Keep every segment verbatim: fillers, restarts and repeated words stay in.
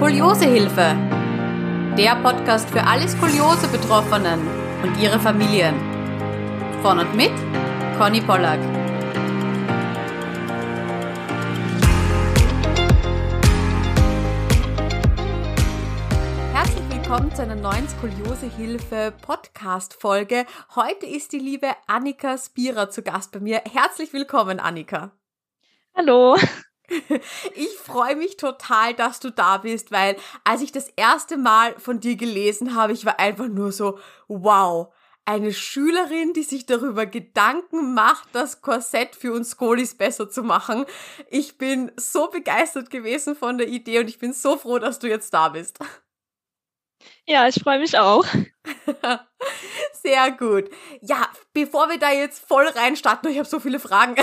Skoliosehilfe. Der Podcast für alle Skoliose-Betroffenen und ihre Familien. Von und mit Conny Pollack. Herzlich willkommen zu einer neuen Skoliosehilfe-Podcast-Folge. Heute ist die liebe Annika Spira zu Gast bei mir. Herzlich willkommen, Annika. Hallo. Ich freue mich total, dass du da bist, weil als ich das erste Mal von dir gelesen habe, ich war einfach nur so, wow, eine Schülerin, die sich darüber Gedanken macht, das Korsett für uns Skolis besser zu machen. Ich bin so begeistert gewesen von der Idee und ich bin so froh, dass du jetzt da bist. Ja, ich freue mich auch. Sehr gut. Ja, bevor wir da jetzt voll reinstarten, ich habe so viele Fragen,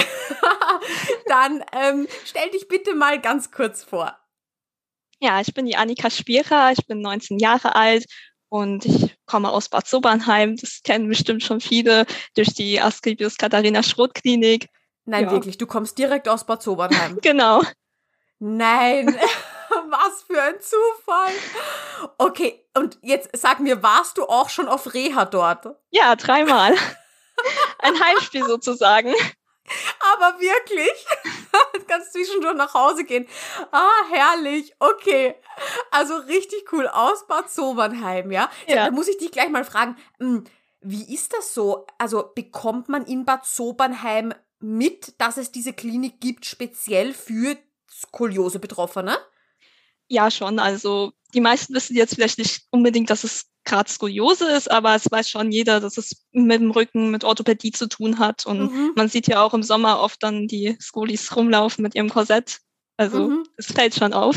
dann ähm, stell dich bitte mal ganz kurz vor. Ja, ich bin die Annika Spira, ich bin neunzehn Jahre alt und ich komme aus Bad Sobernheim. Das kennen bestimmt schon viele durch die Asklepios Katharina Schroth Klinik. Nein, Ja. Wirklich, du kommst direkt aus Bad Sobernheim. Genau. Nein, was für ein Zufall. Okay, und jetzt sag mir, warst du auch schon auf Reha dort? Ja, dreimal. Ein Heimspiel sozusagen. Aber wirklich? Du kannst zwischendurch nach Hause gehen. Ah, herrlich. Okay. Also richtig cool. Aus Bad Sobernheim, ja? Ja. Da muss ich dich gleich mal fragen, wie ist das so? Also bekommt man in Bad Sobernheim mit, dass es diese Klinik gibt, speziell für Skoliose-Betroffene? Ja, schon. Also die meisten wissen jetzt vielleicht nicht unbedingt, dass es gerade Skoliose ist, aber es weiß schon jeder, dass es mit dem Rücken, mit Orthopädie zu tun hat. Und Mhm. man sieht ja auch im Sommer oft dann die Skolis rumlaufen mit ihrem Korsett. Also Mhm. es fällt schon auf.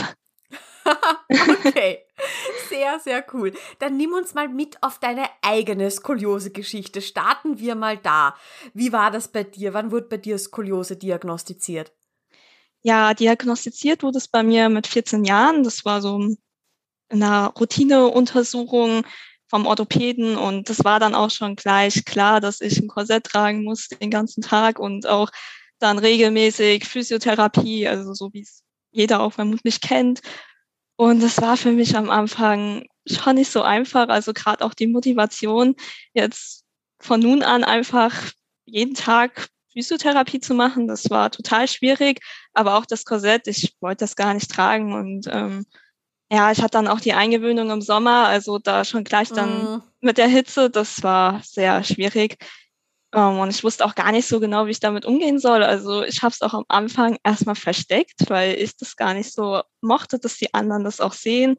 Okay, sehr, sehr cool. Dann nimm uns mal mit auf deine eigene Skoliose-Geschichte. Starten wir mal da. Wie war das bei dir? Wann wurde bei dir Skoliose diagnostiziert? Ja, diagnostiziert wurde es bei mir mit vierzehn Jahren. Das war so eine Routineuntersuchung vom Orthopäden und das war dann auch schon gleich klar, dass ich ein Korsett tragen muss den ganzen Tag und auch dann regelmäßig Physiotherapie, also so wie es jeder auch vermutlich kennt. Und das war für mich am Anfang schon nicht so einfach, also gerade auch die Motivation, jetzt von nun an einfach jeden Tag Physiotherapie zu machen, das war total schwierig, aber auch das Korsett, ich wollte das gar nicht tragen und ähm, ja, ich hatte dann auch die Eingewöhnung im Sommer, also da schon gleich dann Mm. mit der Hitze, das war sehr schwierig ähm, und ich wusste auch gar nicht so genau, wie ich damit umgehen soll, also ich habe es auch am Anfang erstmal versteckt, weil ich das gar nicht so mochte, dass die anderen das auch sehen.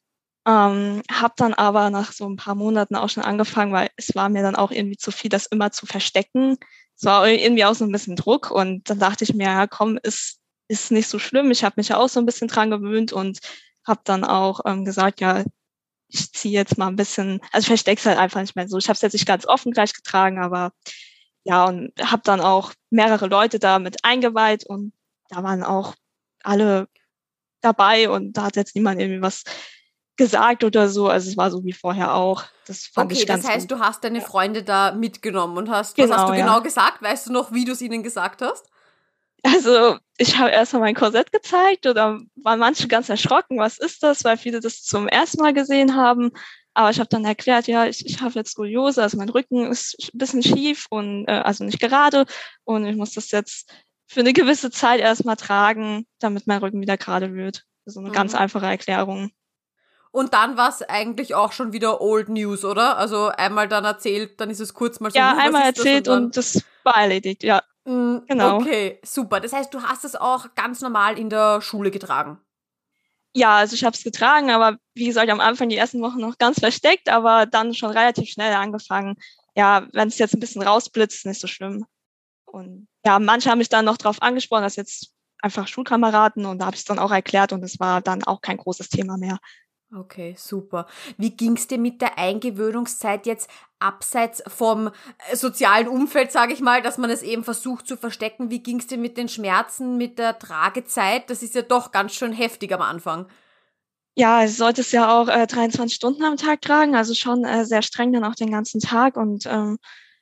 Ähm, habe dann aber nach so ein paar Monaten auch schon angefangen, weil es war mir dann auch irgendwie zu viel, das immer zu verstecken. Es war irgendwie auch so ein bisschen Druck und dann dachte ich mir, ja komm, ist, ist nicht so schlimm. Ich habe mich ja auch so ein bisschen dran gewöhnt und habe dann auch ähm, gesagt, ja, ich ziehe jetzt mal ein bisschen, also ich verstecke es halt einfach nicht mehr so. Ich habe es jetzt nicht ganz offen gleich getragen, aber ja, und habe dann auch mehrere Leute da mit eingeweiht und da waren auch alle dabei und da hat jetzt niemand irgendwie was gesagt oder so, also es war so wie vorher auch. Das fand Okay, ich ganz das heißt, gut. du hast deine Freunde da mitgenommen und hast, Genau, was hast du ja. genau gesagt? Weißt du noch, wie du es ihnen gesagt hast? Also ich habe erstmal mein Korsett gezeigt oder waren manche ganz erschrocken, was ist das, weil viele das zum ersten Mal gesehen haben. Aber ich habe dann erklärt, ja, ich, ich habe jetzt Skoliose, also mein Rücken ist ein bisschen schief und äh, also nicht gerade und ich muss das jetzt für eine gewisse Zeit erstmal tragen, damit mein Rücken wieder gerade wird. Also eine Mhm. ganz einfache Erklärung. Und dann war es eigentlich auch schon wieder Old News, oder? Also einmal dann erzählt, dann ist es kurz mal so, Ja, hm, was einmal ist das? erzählt Und und das war erledigt, ja, dann, mm, genau. okay, super. Das heißt, du hast es auch ganz normal in der Schule getragen. Ja, also ich habe es getragen, aber wie gesagt, am Anfang die ersten Wochen noch ganz versteckt, aber dann schon relativ schnell angefangen. Ja, wenn es jetzt ein bisschen rausblitzt, ist nicht so schlimm. Und ja, manche haben mich dann noch drauf angesprochen, dass jetzt einfach Schulkameraden und da habe ich es dann auch erklärt und es war dann auch kein großes Thema mehr. Okay, super. Wie ging's dir mit der Eingewöhnungszeit jetzt abseits vom äh, sozialen Umfeld, sage ich mal, dass man es eben versucht zu verstecken? Wie ging's dir mit den Schmerzen, mit der Tragezeit? Das ist ja doch ganz schön heftig am Anfang. Ja, ich sollte es ja auch äh, dreiundzwanzig Stunden am Tag tragen, also schon äh, sehr streng dann auch den ganzen Tag und ähm,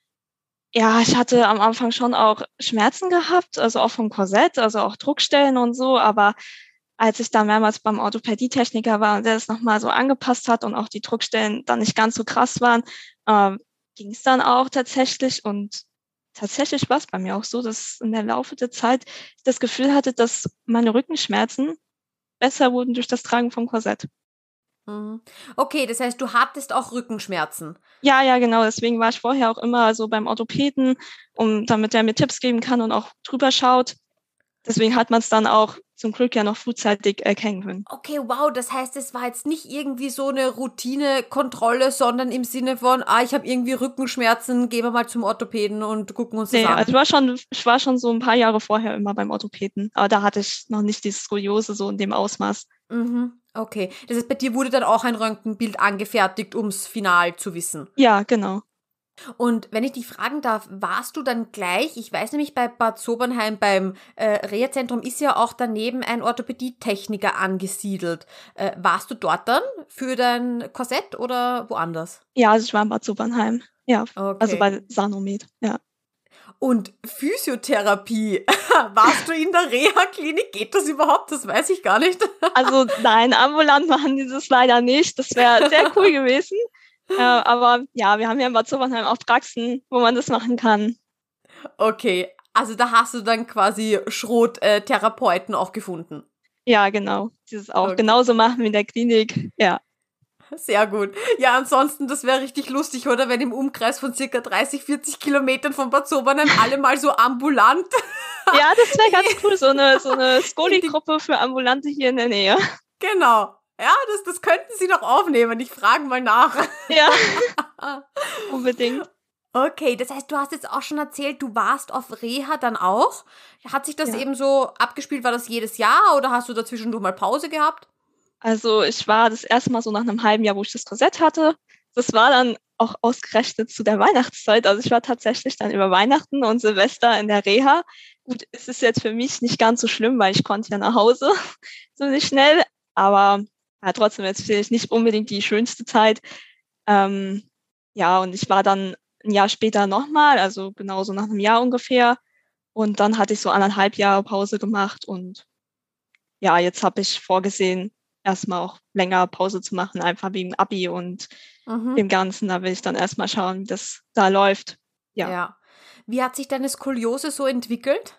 ja, ich hatte am Anfang schon auch Schmerzen gehabt, also auch vom Korsett, also auch Druckstellen und so, aber als ich da mehrmals beim Orthopädietechniker war und der das nochmal so angepasst hat und auch die Druckstellen dann nicht ganz so krass waren, äh, ging es dann auch tatsächlich. Und tatsächlich war es bei mir auch so, dass in der Laufe der Zeit ich das Gefühl hatte, dass meine Rückenschmerzen besser wurden durch das Tragen vom Korsett. Mhm. Okay, das heißt, du hattest auch Rückenschmerzen. Ja, ja, genau. Deswegen war ich vorher auch immer so beim Orthopäden, um, damit er mir Tipps geben kann und auch drüber schaut. Deswegen hat man es dann auch zum Glück ja noch frühzeitig erkennen können. Okay, wow, das heißt, es war jetzt nicht irgendwie so eine Routinekontrolle, sondern im Sinne von, ah, ich habe irgendwie Rückenschmerzen, gehen wir mal zum Orthopäden und gucken uns das Nee, an. also ich war schon, ich war schon so ein paar Jahre vorher immer beim Orthopäden, aber da hatte ich noch nicht die Skoliose so in dem Ausmaß. Mhm, okay. Das heißt, bei dir wurde dann auch ein Röntgenbild angefertigt, ums final zu wissen. Ja, genau. Und wenn ich dich fragen darf, warst du dann gleich, ich weiß nämlich, bei Bad Sobernheim beim äh, Reha-Zentrum ist ja auch daneben ein Orthopädietechniker angesiedelt. Äh, warst du dort dann für dein Korsett oder woanders? Ja, also ich war in Bad Sobernheim. Ja, Okay. also bei Sanomed, ja. Und Physiotherapie, warst du in der Reha-Klinik? Geht das überhaupt? Das weiß ich gar nicht. Also nein, ambulant machen die das leider nicht. Das wäre sehr cool gewesen. Äh, aber ja, wir haben ja in Bad Sobernheim auch Praxen, wo man das machen kann. Okay, also da hast du dann quasi Schrottherapeuten auch gefunden. Ja, genau. Dieses auch Okay. genauso machen wie in der Klinik. Ja. Sehr gut. Ja, ansonsten, das wäre richtig lustig, oder? Wenn im Umkreis von circa dreißig, vierzig Kilometern von Bad Sobernheim alle mal so ambulant. Ja, das wäre ganz cool. So eine, so eine Skoli-Gruppe für Ambulante hier in der Nähe. Genau. Ja, das, das könnten sie noch aufnehmen. Ich frage mal nach. Ja, unbedingt. Okay, das heißt, du hast jetzt auch schon erzählt, du warst auf Reha dann auch. Hat sich das Ja. eben so abgespielt? War das jedes Jahr oder hast du dazwischendurch mal Pause gehabt? Also ich war das erste Mal so nach einem halben Jahr, wo ich das Korsett hatte. Das war dann auch ausgerechnet zu der Weihnachtszeit. Also ich war tatsächlich dann über Weihnachten und Silvester in der Reha. Gut, es ist jetzt für mich nicht ganz so schlimm, weil ich konnte ja nach Hause ziemlich schnell. Aber ja, trotzdem jetzt vielleicht nicht unbedingt die schönste Zeit. Ähm, ja, und ich war dann ein Jahr später nochmal, also genauso nach einem Jahr ungefähr. Und dann hatte ich so anderthalb Jahre Pause gemacht. Und ja, jetzt habe ich vorgesehen, erstmal auch länger Pause zu machen, einfach wegen Abi und Mhm. dem Ganzen. Da will ich dann erstmal schauen, wie das da läuft. Ja. Ja. Wie hat sich deine Skoliose so entwickelt?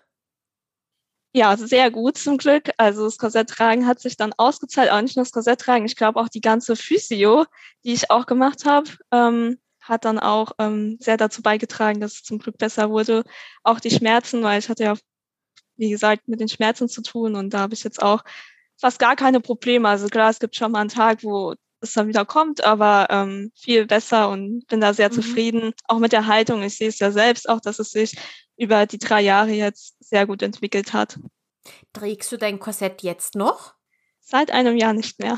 Ja, also sehr gut zum Glück. Also das Korsetttragen hat sich dann ausgezahlt, auch nicht nur das Korsetttragen. Ich glaube auch die ganze Physio, die ich auch gemacht habe, ähm, hat dann auch ähm, sehr dazu beigetragen, dass es zum Glück besser wurde. Auch die Schmerzen, weil ich hatte ja, wie gesagt, mit den Schmerzen zu tun und da habe ich jetzt auch fast gar keine Probleme. Also klar, es gibt schon mal einen Tag, wo es dann wieder kommt, aber ähm, viel besser und bin da sehr Mhm. zufrieden. Auch mit der Haltung. Ich sehe es ja selbst auch, dass es sich über die drei Jahre jetzt sehr gut entwickelt hat. Trägst du dein Korsett jetzt noch? Seit einem Jahr nicht mehr.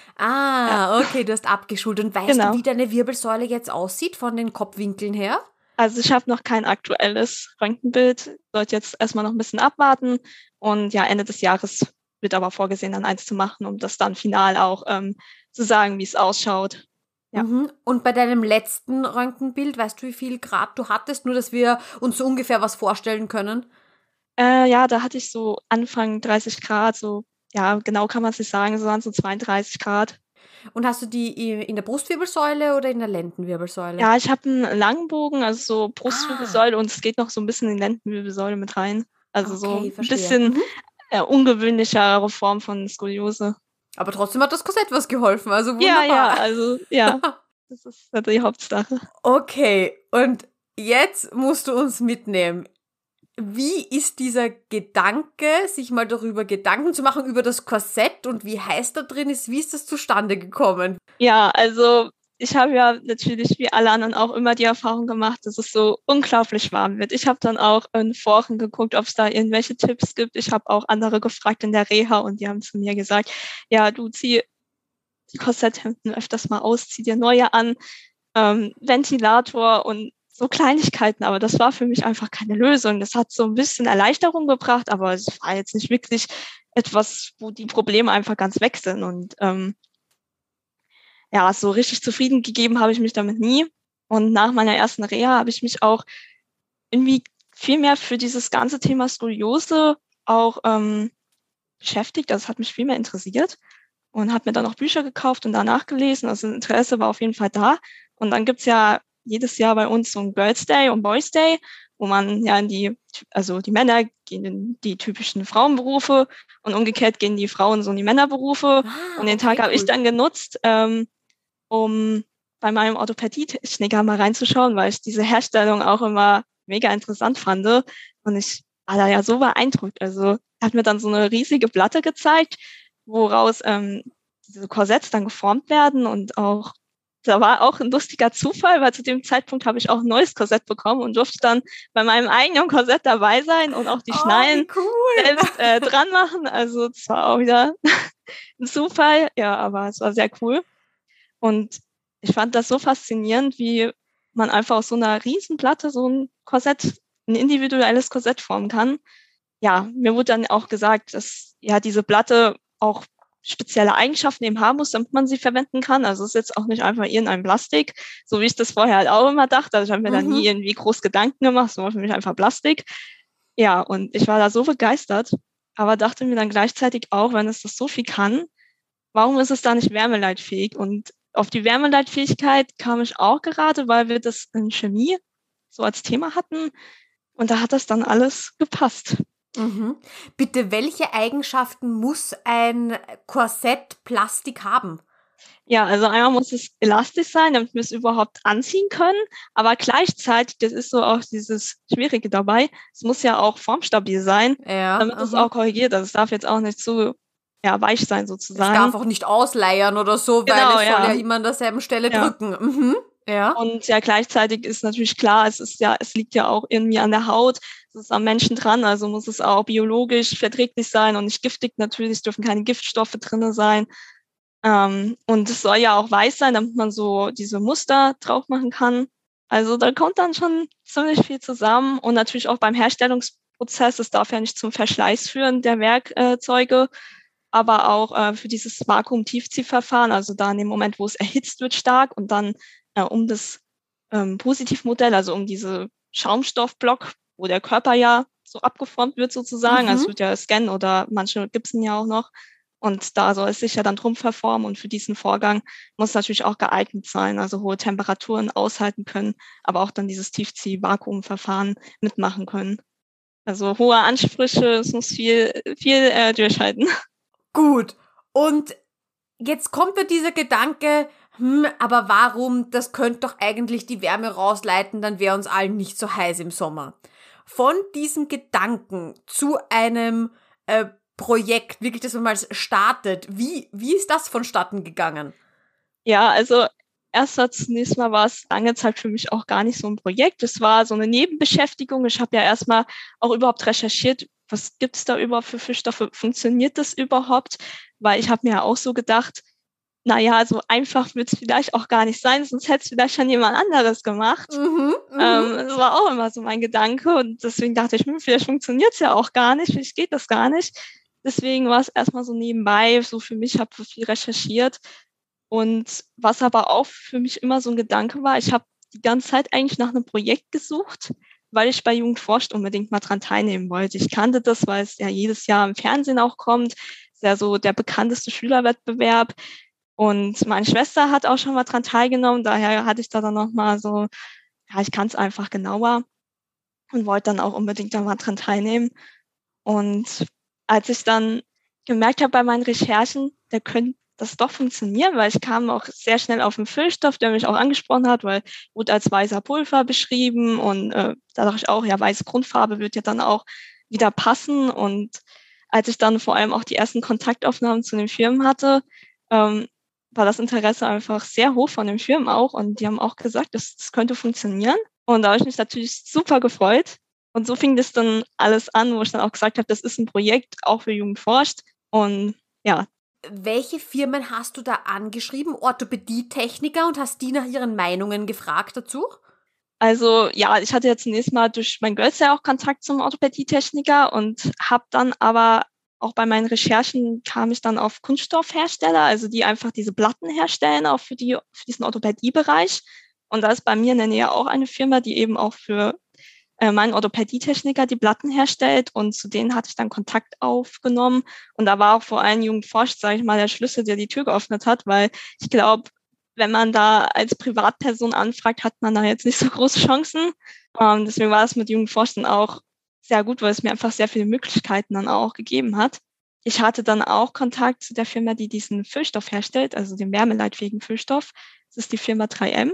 Ah, okay, du hast abgeschult. Und weißt Genau. du, wie deine Wirbelsäule jetzt aussieht von den Kopfwinkeln her? Also ich habe noch kein aktuelles Röntgenbild, sollte jetzt erstmal noch ein bisschen abwarten und ja, Ende des Jahres wird aber vorgesehen, dann eins zu machen, um das dann final auch ähm, zu sagen, wie es ausschaut. Ja. Mhm. Und bei deinem letzten Röntgenbild, weißt du, wie viel Grad du hattest? Nur, dass wir uns so ungefähr was vorstellen können. Äh, ja, da hatte ich so Anfang dreißig Grad, so, ja, genau kann man es nicht sagen, so waren so zweiunddreißig Grad. Und hast du die in der Brustwirbelsäule oder in der Lendenwirbelsäule? Ja, ich habe einen langen Bogen, also so Brustwirbelsäule, und es geht noch so ein bisschen in die Lendenwirbelsäule mit rein. Also so Okay, ein verstehe. bisschen Mhm. äh, ungewöhnlichere Form von Skoliose. Aber trotzdem hat das Korsett was geholfen, also Ja, wunderbar. ja, also ja, das ist halt die Hauptsache. Okay, und jetzt musst du uns mitnehmen. Wie ist dieser Gedanke, sich mal darüber Gedanken zu machen, über das Korsett und wie heiß da drin ist, wie ist das zustande gekommen? Ja, also ich habe ja natürlich wie alle anderen auch immer die Erfahrung gemacht, dass es so unglaublich warm wird. Ich habe dann auch in Foren geguckt, ob es da irgendwelche Tipps gibt. Ich habe auch andere gefragt in der Reha und die haben zu mir gesagt, ja, du zieh die Korsetthemden öfters mal aus, zieh dir neue an, ähm, Ventilator und so Kleinigkeiten. Aber das war für mich einfach keine Lösung. Das hat so ein bisschen Erleichterung gebracht, aber es war jetzt nicht wirklich etwas, wo die Probleme einfach ganz weg sind. Und ähm, ja, so richtig zufrieden gegeben habe ich mich damit nie. Und nach meiner ersten Reha habe ich mich auch irgendwie viel mehr für dieses ganze Thema Skoliose auch ähm, beschäftigt. Das hat mich viel mehr interessiert und habe mir dann auch Bücher gekauft und danach gelesen. Also das Interesse war auf jeden Fall da. Und dann gibt's ja jedes Jahr bei uns so ein Girls Day und Boys Day, wo man ja in die, also die Männer gehen in die typischen Frauenberufe und umgekehrt gehen die Frauen so in die Männerberufe. Ah, und den okay, Tag habe cool. ich dann genutzt, ähm, um bei meinem Orthopädietechniker mal reinzuschauen, weil ich diese Herstellung auch immer mega interessant fand. Und ich war da ja so beeindruckt. Also er hat mir dann so eine riesige Platte gezeigt, woraus ähm, diese Korsetts dann geformt werden. Und auch, da war auch ein lustiger Zufall, weil zu dem Zeitpunkt habe ich auch ein neues Korsett bekommen und durfte dann bei meinem eigenen Korsett dabei sein und auch die Oh, Schnallen wie cool. selbst äh, dran machen. Also das war auch wieder ein Zufall. Ja, aber es war sehr cool. Und ich fand das so faszinierend, wie man einfach aus so einer Riesenplatte so ein Korsett, ein individuelles Korsett formen kann. Ja, mir wurde dann auch gesagt, dass ja diese Platte auch spezielle Eigenschaften eben haben muss, damit man sie verwenden kann. Also es ist jetzt auch nicht einfach irgendein Plastik, so wie ich das vorher halt auch immer dachte. Also ich habe mir mhm. da nie irgendwie groß Gedanken gemacht, es war für mich einfach Plastik. Ja, und ich war da so begeistert, aber dachte mir dann gleichzeitig auch, wenn es das so viel kann, warum ist es da nicht wärmeleitfähig? Und auf die Wärmeleitfähigkeit kam ich auch gerade, weil wir das in Chemie so als Thema hatten. Und da hat das dann alles gepasst. Mhm. Bitte, welche Eigenschaften muss ein Korsett Plastik haben? Ja, also einmal muss es elastisch sein, damit wir es überhaupt anziehen können. Aber gleichzeitig, das ist so auch dieses Schwierige dabei, es muss ja auch formstabil sein, ja, damit aha. es auch korrigiert. Also es darf jetzt auch nicht zu ja, weich sein sozusagen. Es darf auch nicht ausleiern oder so, genau, weil es ja. soll ja immer an derselben Stelle ja. drücken. Mhm. Ja. Und ja, gleichzeitig ist natürlich klar, es ist ja, es liegt ja auch irgendwie an der Haut, es ist am Menschen dran, also muss es auch biologisch verträglich sein und nicht giftig natürlich, dürfen keine Giftstoffe drinne sein. Ähm, und es soll ja auch weiß sein, damit man so diese Muster drauf machen kann. Also da kommt dann schon ziemlich viel zusammen und natürlich auch beim Herstellungsprozess, es darf ja nicht zum Verschleiß führen der Werkzeuge, aber auch äh, für dieses Vakuum-Tiefziehverfahren, also da in dem Moment, wo es erhitzt wird stark und dann äh, um das ähm, Positivmodell, also um diese Schaumstoffblock, wo der Körper ja so abgeformt wird sozusagen, mhm. also es wird ja scannen oder manche gibt's ja auch noch und da soll es sich ja dann drum verformen und für diesen Vorgang muss es natürlich auch geeignet sein, also hohe Temperaturen aushalten können, aber auch dann dieses Tiefzieh-Vakuumverfahren mitmachen können. Also hohe Ansprüche, es muss viel, viel äh, durchhalten. Gut. Und jetzt kommt mir dieser Gedanke, hm, aber warum, das könnte doch eigentlich die Wärme rausleiten, dann wäre uns allen nicht so heiß im Sommer. Von diesem Gedanken zu einem äh, Projekt, wirklich, dass man mal startet, wie, wie ist das vonstatten gegangen? Ja, also erst zunächst mal war es lange Zeit für mich auch gar nicht so ein Projekt. Es war so eine Nebenbeschäftigung. Ich habe ja erstmal auch überhaupt recherchiert, was gibt es da überhaupt für Fischstoffe? Funktioniert das überhaupt? Weil ich habe mir ja auch so gedacht, naja, so einfach wird es vielleicht auch gar nicht sein, sonst hätte es vielleicht schon jemand anderes gemacht. Mhm, ähm, das war auch immer so mein Gedanke und deswegen dachte ich, hm, vielleicht funktioniert es ja auch gar nicht, vielleicht geht das gar nicht. Deswegen war es erstmal so nebenbei, so für mich, habe viel recherchiert. Und was aber auch für mich immer so ein Gedanke war, ich habe die ganze Zeit eigentlich nach einem Projekt gesucht, weil ich bei Jugend forscht unbedingt mal dran teilnehmen wollte. Ich kannte das, weil es ja jedes Jahr im Fernsehen auch kommt. Ist ja so der bekannteste Schülerwettbewerb. Und meine Schwester hat auch schon mal dran teilgenommen. Daher hatte ich da dann nochmal so, ja, ich kann es einfach genauer und wollte dann auch unbedingt da mal dran teilnehmen. Und als ich dann gemerkt habe bei meinen Recherchen, da könnte das doch funktionieren, weil ich kam auch sehr schnell auf einen Füllstoff, der mich auch angesprochen hat, weil wurde als weißer Pulver beschrieben und äh, da dachte ich auch, ja, weiße Grundfarbe wird ja dann auch wieder passen. Und als ich dann vor allem auch die ersten Kontaktaufnahmen zu den Firmen hatte, ähm, war das Interesse einfach sehr hoch von den Firmen auch und die haben auch gesagt, das, das könnte funktionieren. Und da habe ich mich natürlich super gefreut. Und so fing das dann alles an, wo ich dann auch gesagt habe, das ist ein Projekt, auch für Jugend forscht. Und ja. Welche Firmen hast du da angeschrieben? Orthopädietechniker, und hast die nach ihren Meinungen gefragt dazu? Also ja, ich hatte ja zunächst mal durch mein Girls Day auch Kontakt zum Orthopädietechniker und habe dann aber auch bei meinen Recherchen kam ich dann auf Kunststoffhersteller, also die einfach diese Platten herstellen, auch für, die, für diesen Orthopädiebereich. Und da ist bei mir in der Nähe auch eine Firma, die eben auch für äh, mein Orthopädietechniker die Platten herstellt und zu denen hatte ich dann Kontakt aufgenommen und da war auch vor allem Jugendforscht, sage ich mal, der Schlüssel, der die Tür geöffnet hat, weil ich glaube, wenn man da als Privatperson anfragt, hat man da jetzt nicht so große Chancen. Ähm, deswegen war es mit Jugendforscht dann auch sehr gut, weil es mir einfach sehr viele Möglichkeiten dann auch gegeben hat. Ich hatte dann auch Kontakt zu der Firma, die diesen Füllstoff herstellt, also den wärmeleitfähigen Füllstoff. Das ist die Firma drei M.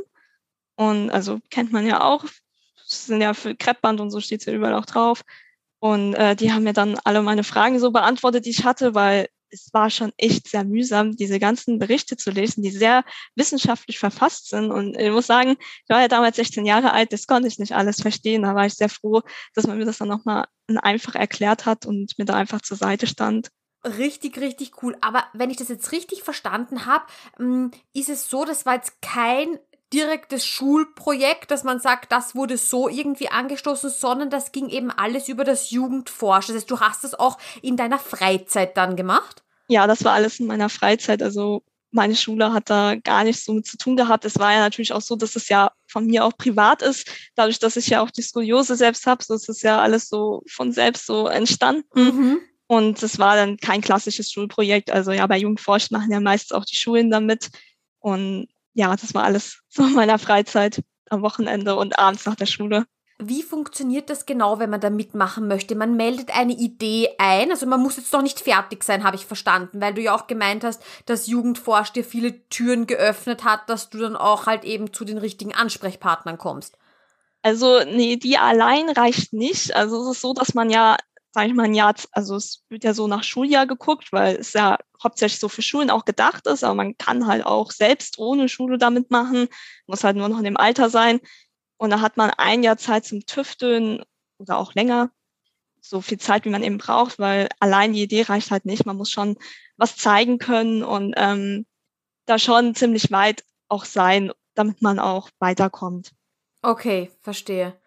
Und also kennt man ja auch, das sind ja für Kreppband und so steht es ja überall auch drauf. Und äh, die haben mir dann alle meine Fragen so beantwortet, die ich hatte, weil es war schon echt sehr mühsam, diese ganzen Berichte zu lesen, die sehr wissenschaftlich verfasst sind. Und ich muss sagen, ich war ja damals sechzehn Jahre alt, das konnte ich nicht alles verstehen. Da war ich sehr froh, dass man mir das dann nochmal einfach erklärt hat und mir da einfach zur Seite stand. Richtig, richtig cool. Aber wenn ich das jetzt richtig verstanden habe, ist es so, das war jetzt kein direktes Schulprojekt, dass man sagt, das wurde so irgendwie angestoßen, sondern das ging eben alles über das Jugendforschen. Das heißt, du hast das auch in deiner Freizeit dann gemacht? Ja, das war alles in meiner Freizeit. Also meine Schule hat da gar nichts so mit zu tun gehabt. Es war ja natürlich auch so, dass es ja von mir auch privat ist. Dadurch, dass ich ja auch die Skoliose selbst habe, so ist es ja alles so von selbst so entstanden. Mhm. Und es war dann kein klassisches Schulprojekt. Also ja, bei Jugendforscht machen ja meistens auch die Schulen damit. Und ja, das war alles so in meiner Freizeit am Wochenende und abends nach der Schule. Wie funktioniert das genau, wenn man da mitmachen möchte? Man meldet eine Idee ein, also man muss jetzt noch nicht fertig sein, habe ich verstanden, weil du ja auch gemeint hast, dass Jugendforsch dir viele Türen geöffnet hat, dass du dann auch halt eben zu den richtigen Ansprechpartnern kommst. Also nee, die allein reicht nicht. Also es ist so, dass man ja, sage ich mal, ein Jahr, also es wird ja so nach Schuljahr geguckt, weil es ja hauptsächlich so für Schulen auch gedacht ist, aber man kann halt auch selbst ohne Schule damit machen, muss halt nur noch in dem Alter sein. Und da hat man ein Jahr Zeit zum Tüfteln oder auch länger, so viel Zeit, wie man eben braucht, weil allein die Idee reicht halt nicht. Man muss schon was zeigen können und ähm, da schon ziemlich weit auch sein, damit man auch weiterkommt. Okay, verstehe.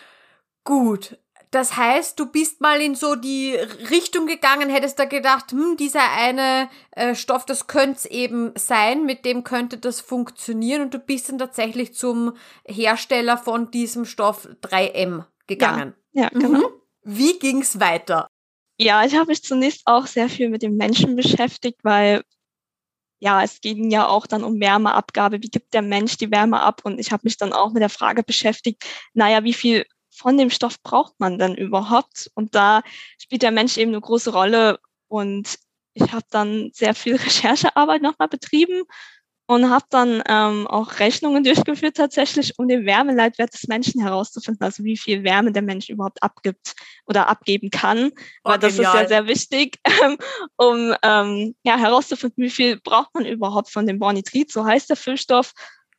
Gut. Das heißt, du bist mal in so die Richtung gegangen, hättest da gedacht, hm, dieser eine äh, Stoff, das könnte es eben sein, mit dem könnte das funktionieren und du bist dann tatsächlich zum Hersteller von diesem Stoff drei M gegangen. Ja, ja, genau. Mhm. Wie ging's weiter? Ja, ich habe mich zunächst auch sehr viel mit dem Menschen beschäftigt, weil ja, es ging ja auch dann um Wärmeabgabe. Wie gibt der Mensch die Wärme ab? Und ich habe mich dann auch mit der Frage beschäftigt, naja, wie viel von dem Stoff braucht man denn überhaupt? Und da spielt der Mensch eben eine große Rolle. Und ich habe dann sehr viel Recherchearbeit nochmal betrieben und habe dann ähm, auch Rechnungen durchgeführt tatsächlich, um den Wärmeleitwert des Menschen herauszufinden, also wie viel Wärme der Mensch überhaupt abgibt oder abgeben kann. Oh, weil das genial. Ist ja sehr wichtig, ähm, um ähm, ja, herauszufinden, wie viel braucht man überhaupt von dem Bornitrit, so heißt der Füllstoff.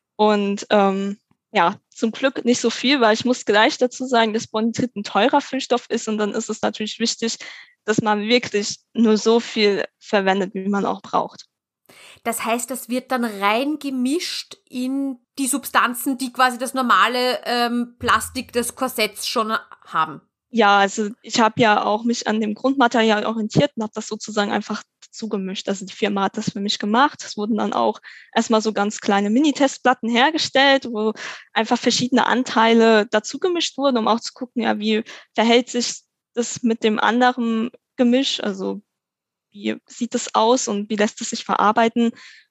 Und ähm, ja, zum Glück nicht so viel, weil ich muss gleich dazu sagen, dass Bornitrit ein teurer Füllstoff ist und dann ist es natürlich wichtig, dass man wirklich nur so viel verwendet, wie man auch braucht. Das heißt, das wird dann rein gemischt in die Substanzen, die quasi das normale ähm, Plastik des Korsetts schon haben. Ja, also ich habe ja auch mich an dem Grundmaterial orientiert und habe das sozusagen einfach zugemischt. Also die Firma hat das für mich gemacht. Es wurden dann auch erstmal so ganz kleine Mini-Testplatten hergestellt, wo einfach verschiedene Anteile dazu gemischt wurden, um auch zu gucken, ja, wie verhält sich das mit dem anderen Gemisch, also wie sieht es aus und wie lässt es sich verarbeiten.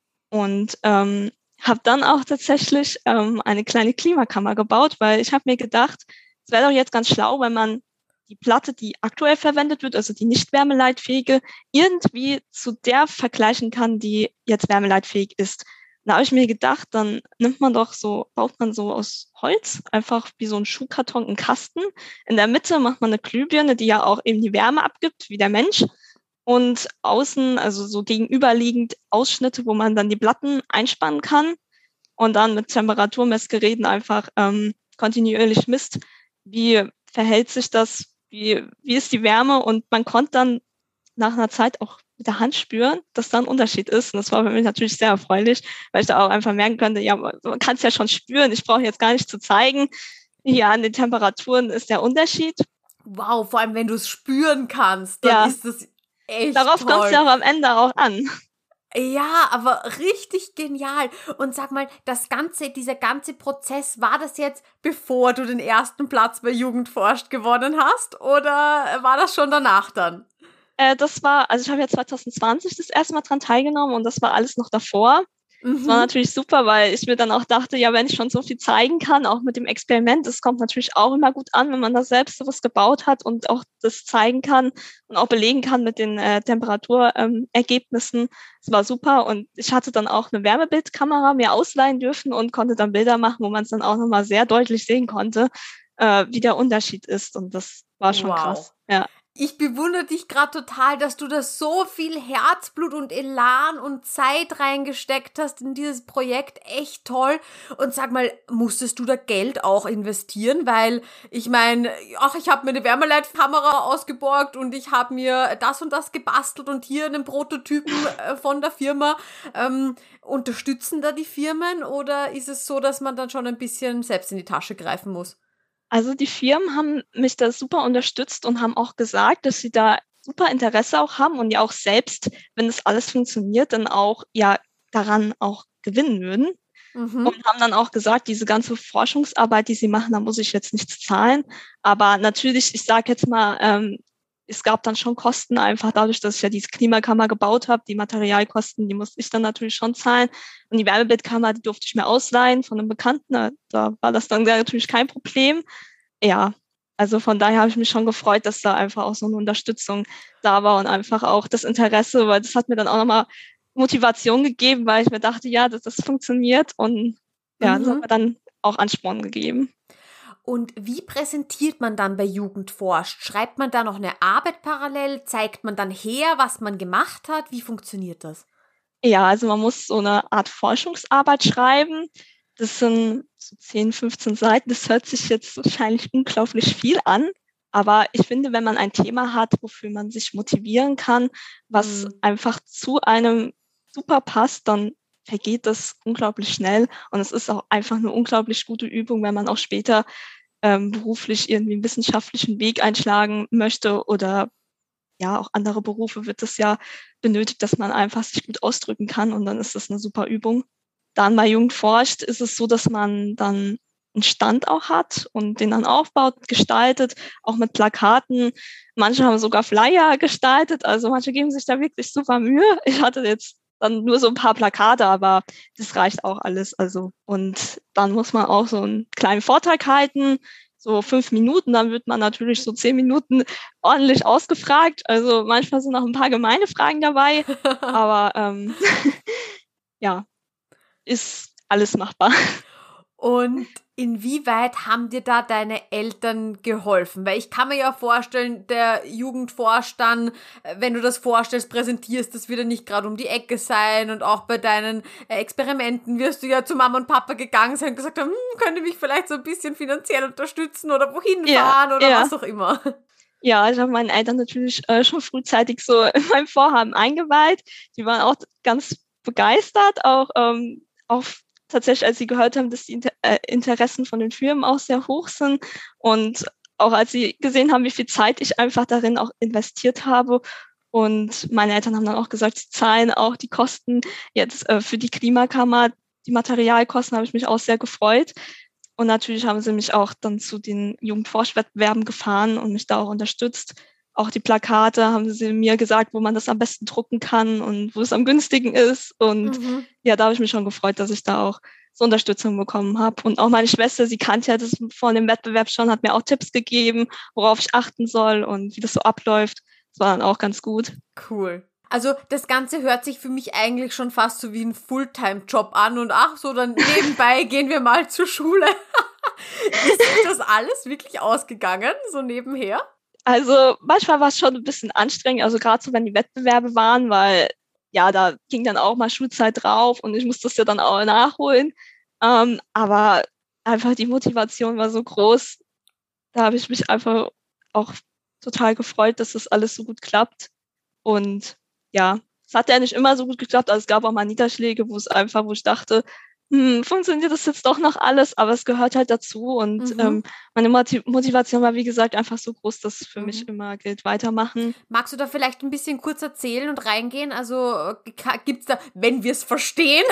Und ähm, habe dann auch tatsächlich ähm, eine kleine Klimakammer gebaut, weil ich habe mir gedacht, es wäre doch jetzt ganz schlau, wenn man die Platte, die aktuell verwendet wird, also die nicht wärmeleitfähige, irgendwie zu der vergleichen kann, die jetzt wärmeleitfähig ist. Da habe ich mir gedacht, dann nimmt man doch so, baut man so aus Holz, einfach wie so ein Schuhkarton, einen Kasten. In der Mitte macht man eine Glühbirne, die ja auch eben die Wärme abgibt, wie der Mensch. Und außen, also so gegenüberliegend Ausschnitte, wo man dann die Platten einspannen kann und dann mit Temperaturmessgeräten einfach ähm, kontinuierlich misst, wie verhält sich das, wie, wie ist die Wärme, und man konnte dann nach einer Zeit auch mit der Hand spüren, dass da ein Unterschied ist. Und das war für mich natürlich sehr erfreulich, weil ich da auch einfach merken konnte, ja, man kann es ja schon spüren, ich brauche jetzt gar nicht zu zeigen, hier an den Temperaturen ist der Unterschied. Wow, vor allem wenn du es spüren kannst, dann ja. ist das echt Darauf toll. kommt es ja auch am Ende auch an. Ja, aber richtig genial. Und sag mal, das ganze, dieser ganze Prozess, war das jetzt, bevor du den ersten Platz bei Jugend forscht gewonnen hast, oder war das schon danach dann? Äh, das war, also ich habe ja zwanzig zwanzig das erste Mal dran teilgenommen und das war alles noch davor. Das war Mhm. natürlich super, weil ich mir dann auch dachte, ja, wenn ich schon so viel zeigen kann, auch mit dem Experiment, das kommt natürlich auch immer gut an, wenn man da selbst sowas gebaut hat und auch das zeigen kann und auch belegen kann mit den äh, Temperaturergebnissen. Das war super und ich hatte dann auch eine Wärmebildkamera mir ausleihen dürfen und konnte dann Bilder machen, wo man es dann auch nochmal sehr deutlich sehen konnte, äh, wie der Unterschied ist und das war schon Wow. krass, ja. Ich bewundere dich gerade total, dass du da so viel Herzblut und Elan und Zeit reingesteckt hast in dieses Projekt. Echt toll. Und sag mal, musstest du da Geld auch investieren? Weil ich meine, ach, ich habe mir eine Wärmeleitkamera ausgeborgt und ich habe mir das und das gebastelt und hier einen Prototypen äh, von der Firma. Ähm, unterstützen da die Firmen oder ist es so, dass man dann schon ein bisschen selbst in die Tasche greifen muss? Also die Firmen haben mich da super unterstützt und haben auch gesagt, dass sie da super Interesse auch haben und ja auch selbst, wenn das alles funktioniert, dann auch ja daran auch gewinnen würden. Mhm. Und haben dann auch gesagt, diese ganze Forschungsarbeit, die sie machen, da muss ich jetzt nichts zahlen. Aber natürlich, ich sage jetzt mal, ähm, es gab dann schon Kosten, einfach dadurch, dass ich ja diese Klimakammer gebaut habe. Die Materialkosten, die musste ich dann natürlich schon zahlen. Und die Wärmebildkammer, die durfte ich mir ausleihen von einem Bekannten. Da war das dann natürlich kein Problem. Ja, also von daher habe ich mich schon gefreut, dass da einfach auch so eine Unterstützung da war und einfach auch das Interesse, weil das hat mir dann auch nochmal Motivation gegeben, weil ich mir dachte, ja, dass das funktioniert und ja, das hat Mhm. mir dann auch Ansporn gegeben. Und wie präsentiert man dann bei Jugend forscht? Schreibt man da noch eine Arbeit parallel? Zeigt man dann her, was man gemacht hat? Wie funktioniert das? Ja, also man muss so eine Art Forschungsarbeit schreiben. Das sind so zehn, fünfzehn Seiten. Das hört sich jetzt wahrscheinlich unglaublich viel an. Aber ich finde, wenn man ein Thema hat, wofür man sich motivieren kann, was Hm. einfach zu einem super passt, dann vergeht das unglaublich schnell. Und es ist auch einfach eine unglaublich gute Übung, wenn man auch später ähm, beruflich irgendwie einen wissenschaftlichen Weg einschlagen möchte oder ja, auch andere Berufe wird es ja benötigt, dass man einfach sich gut ausdrücken kann und dann ist das eine super Übung. Dann bei Jugend forscht ist es so, dass man dann einen Stand auch hat und den dann aufbaut, gestaltet, auch mit Plakaten. Manche haben sogar Flyer gestaltet, also manche geben sich da wirklich super Mühe. Ich hatte jetzt dann nur so ein paar Plakate, aber das reicht auch alles. Also und dann muss man auch so einen kleinen Vortrag halten, so fünf Minuten, dann wird man natürlich so zehn Minuten ordentlich ausgefragt. Also manchmal sind noch ein paar gemeine Fragen dabei, aber ähm, ja, ist alles machbar. Und inwieweit haben dir da deine Eltern geholfen? Weil ich kann mir ja vorstellen, der Jugendforsch dann, äh, wenn du das vorstellst, präsentierst, das wird ja nicht gerade um die Ecke sein und auch bei deinen äh, Experimenten wirst du ja zu Mama und Papa gegangen sein und gesagt haben, hm, könnt ihr mich vielleicht so ein bisschen finanziell unterstützen oder wohin Ja, fahren oder ja. was auch immer. Ja, ich habe meinen Eltern natürlich äh, schon frühzeitig so in meinem Vorhaben eingeweiht. Die waren auch ganz begeistert, auch, ähm, auch tatsächlich, als sie gehört haben, dass die Inter äh, Interessen von den Firmen auch sehr hoch sind und auch als sie gesehen haben, wie viel Zeit ich einfach darin auch investiert habe. Und meine Eltern haben dann auch gesagt, sie zahlen auch die Kosten jetzt äh, für die Klimakammer. Die Materialkosten habe ich mich auch sehr gefreut. Und natürlich haben sie mich auch dann zu den Jugendforschwettbewerben gefahren und mich da auch unterstützt. Auch die Plakate haben sie mir gesagt, wo man das am besten drucken kann und wo es am günstigen ist. Und Mhm. ja, da habe ich mich schon gefreut, dass ich da auch so Unterstützung bekommen habe. Und auch meine Schwester, sie kannte ja das vor dem Wettbewerb schon, hat mir auch Tipps gegeben, worauf ich achten soll und wie das so abläuft. Das war dann auch ganz gut. Cool. Also das Ganze hört sich für mich eigentlich schon fast so wie ein Fulltime-Job an und ach so, dann nebenbei gehen wir mal zur Schule. Ist sich das alles wirklich ausgegangen, so nebenher? Also manchmal war es schon ein bisschen anstrengend, also gerade so, wenn die Wettbewerbe waren, weil ja, da ging dann auch mal Schulzeit drauf und ich musste das ja dann auch nachholen. Ähm, aber einfach die Motivation war so groß, da habe ich mich einfach auch total gefreut, dass das alles so gut klappt. Und ja, es hat ja nicht immer so gut geklappt, also es gab auch mal Niederschläge, wo es einfach, wo ich dachte, hm, funktioniert das jetzt doch noch alles, aber es gehört halt dazu und mhm. ähm, meine Motiv- Motivation war, wie gesagt, einfach so groß, dass für mhm. mich immer gilt, weitermachen. Magst du da vielleicht ein bisschen kurz erzählen und reingehen? Also gibt's da, wenn wir es verstehen,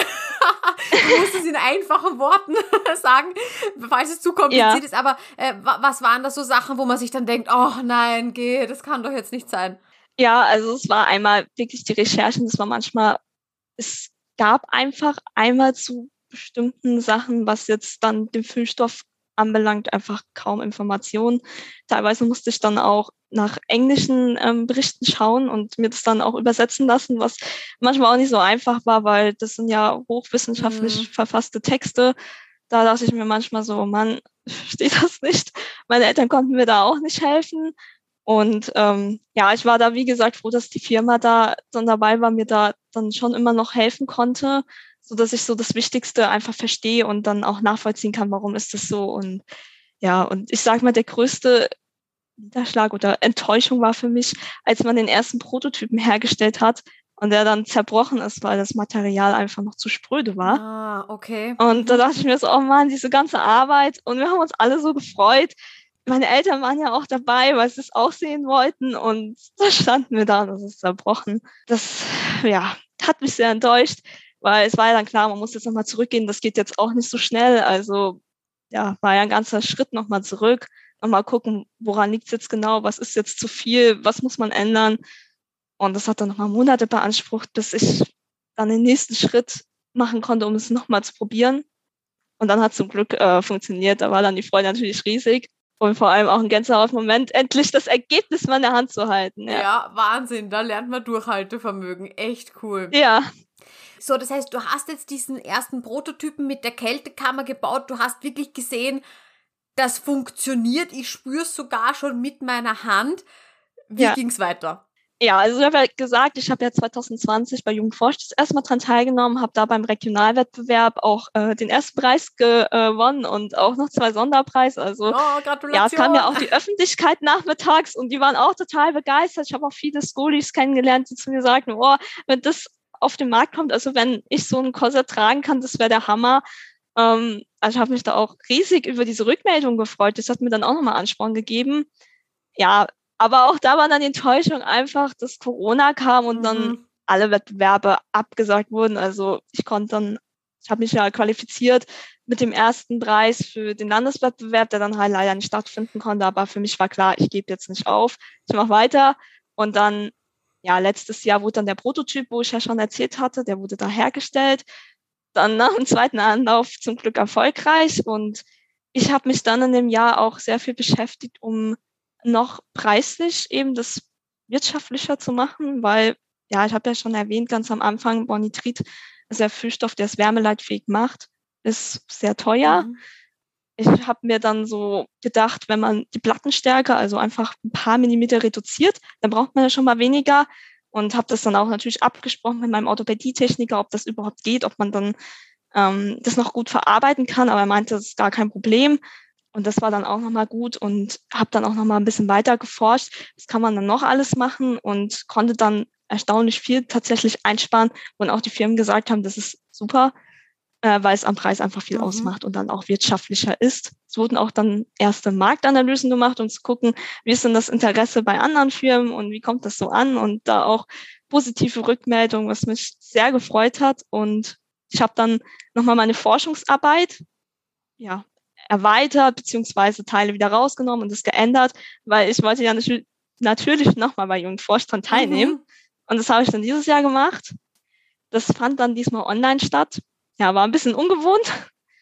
du musst es in einfachen Worten sagen, falls es zu kompliziert ja. ist, aber äh, was waren da so Sachen, wo man sich dann denkt, oh nein, geh, das kann doch jetzt nicht sein? Ja, also es war einmal wirklich die Recherchen, das war manchmal, es gab einfach einmal zu bestimmten Sachen, was jetzt dann den Füllstoff anbelangt, einfach kaum Informationen. Teilweise musste ich dann auch nach englischen ähm, Berichten schauen und mir das dann auch übersetzen lassen, was manchmal auch nicht so einfach war, weil das sind ja hochwissenschaftlich mhm. verfasste Texte. Da dachte ich mir manchmal so, Mann, ich verstehe das nicht. Meine Eltern konnten mir da auch nicht helfen. Und ähm, ja, ich war da, wie gesagt, froh, dass die Firma da dann dabei war, mir da dann schon immer noch helfen konnte, so dass ich so das Wichtigste einfach verstehe und dann auch nachvollziehen kann, warum ist das so. Und ja, und ich sag mal, der größte Niederschlag oder Enttäuschung war für mich, als man den ersten Prototypen hergestellt hat und der dann zerbrochen ist, weil das Material einfach noch zu spröde war. Ah, okay. Und mhm. da dachte ich mir so, oh Mann, diese ganze Arbeit. Und wir haben uns alle so gefreut. Meine Eltern waren ja auch dabei, weil sie es auch sehen wollten. Und da standen wir da und es ist zerbrochen. Das, ja, hat mich sehr enttäuscht, weil es war ja dann klar, man muss jetzt nochmal zurückgehen. Das geht jetzt auch nicht so schnell. Also, ja, war ja ein ganzer Schritt nochmal zurück. Nochmal gucken, woran liegt es jetzt genau? Was ist jetzt zu viel? Was muss man ändern? Und das hat dann nochmal Monate beansprucht, bis ich dann den nächsten Schritt machen konnte, um es nochmal zu probieren. Und dann hat es zum Glück äh, funktioniert. Da war dann die Freude natürlich riesig. Und vor allem auch ein Gänsehautmoment, endlich das Ergebnis mal in der Hand zu halten. Ja, ja, Wahnsinn. Da lernt man Durchhaltevermögen. Echt cool. Ja. So, das heißt, du hast jetzt diesen ersten Prototypen mit der Kältekammer gebaut. Du hast wirklich gesehen, das funktioniert. Ich spüre es sogar schon mit meiner Hand. Wie ja. ging's weiter? Ja, also ich habe ja gesagt, ich habe ja zwanzig zwanzig bei Jugendforsch das erste Mal dran teilgenommen, habe da beim Regionalwettbewerb auch äh, den ersten Preis gewonnen und auch noch zwei Sonderpreise. Also oh, Gratulation. Ja, es kam ja auch die Öffentlichkeit nachmittags und die waren auch total begeistert. Ich habe auch viele Schoolies kennengelernt, die zu mir sagten, oh, wenn das auf den Markt kommt, also wenn ich so ein Korsett tragen kann, das wäre der Hammer. Ähm, also ich habe mich da auch riesig über diese Rückmeldung gefreut. Das hat mir dann auch nochmal Ansporn gegeben. Ja, aber auch da war dann die Enttäuschung einfach, dass Corona kam und mhm. dann alle Wettbewerbe abgesagt wurden. Also ich konnte dann, ich habe mich ja qualifiziert mit dem ersten Preis für den Landeswettbewerb, der dann halt leider nicht stattfinden konnte. Aber für mich war klar, ich gebe jetzt nicht auf, ich mache weiter. Und dann, ja, letztes Jahr wurde dann der Prototyp, wo ich ja schon erzählt hatte, der wurde da hergestellt. Dann nach dem zweiten Anlauf zum Glück erfolgreich. Und ich habe mich dann in dem Jahr auch sehr viel beschäftigt, um noch preislich eben das wirtschaftlicher zu machen, weil, ja, ich habe ja schon erwähnt, ganz am Anfang, Bonitrid ist der Füllstoff, der es wärmeleitfähig macht, ist sehr teuer. Mhm. Ich habe mir dann so gedacht, wenn man die Plattenstärke, also einfach ein paar Millimeter reduziert, dann braucht man ja schon mal weniger und habe das dann auch natürlich abgesprochen mit meinem Orthopädietechniker, ob das überhaupt geht, ob man dann ähm, das noch gut verarbeiten kann, aber er meinte, das ist gar kein Problem. Und das war dann auch nochmal gut und habe dann auch nochmal ein bisschen weiter geforscht. Das kann man dann noch alles machen und konnte dann erstaunlich viel tatsächlich einsparen, und auch die Firmen gesagt haben, das ist super, äh, weil es am Preis einfach viel mhm. ausmacht und dann auch wirtschaftlicher ist. Es wurden auch dann erste Marktanalysen gemacht, um zu gucken, wie ist denn das Interesse bei anderen Firmen und wie kommt das so an, und da auch positive Rückmeldungen, was mich sehr gefreut hat. Und ich habe dann nochmal meine Forschungsarbeit, ja, erweitert, beziehungsweise Teile wieder rausgenommen und das geändert, weil ich wollte ja natürlich, natürlich nochmal bei Jugendforsch dran teilnehmen. Mhm. Und das habe ich dann dieses Jahr gemacht. Das fand dann diesmal online statt. Ja, war ein bisschen ungewohnt,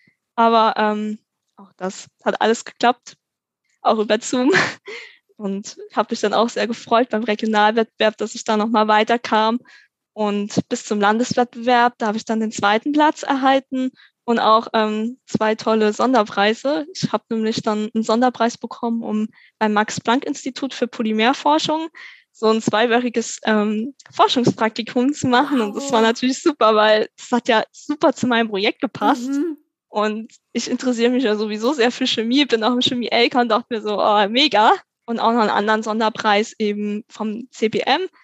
aber ähm, auch das hat alles geklappt, auch über Zoom. Und habe mich dann auch sehr gefreut beim Regionalwettbewerb, dass ich da nochmal weiterkam. Und bis zum Landeswettbewerb, da habe ich dann den zweiten Platz erhalten. Und auch ähm, zwei tolle Sonderpreise. Ich habe nämlich dann einen Sonderpreis bekommen, um beim Max-Planck-Institut für Polymerforschung so ein zweiwöchiges ähm, Forschungspraktikum zu machen. Wow. Und das war natürlich super, weil das hat ja super zu meinem Projekt gepasst. Mhm. Und ich interessiere mich ja sowieso sehr für Chemie, bin auch im Chemie-L K und dachte mir so, oh, mega. Und auch noch einen anderen Sonderpreis eben vom C B M, das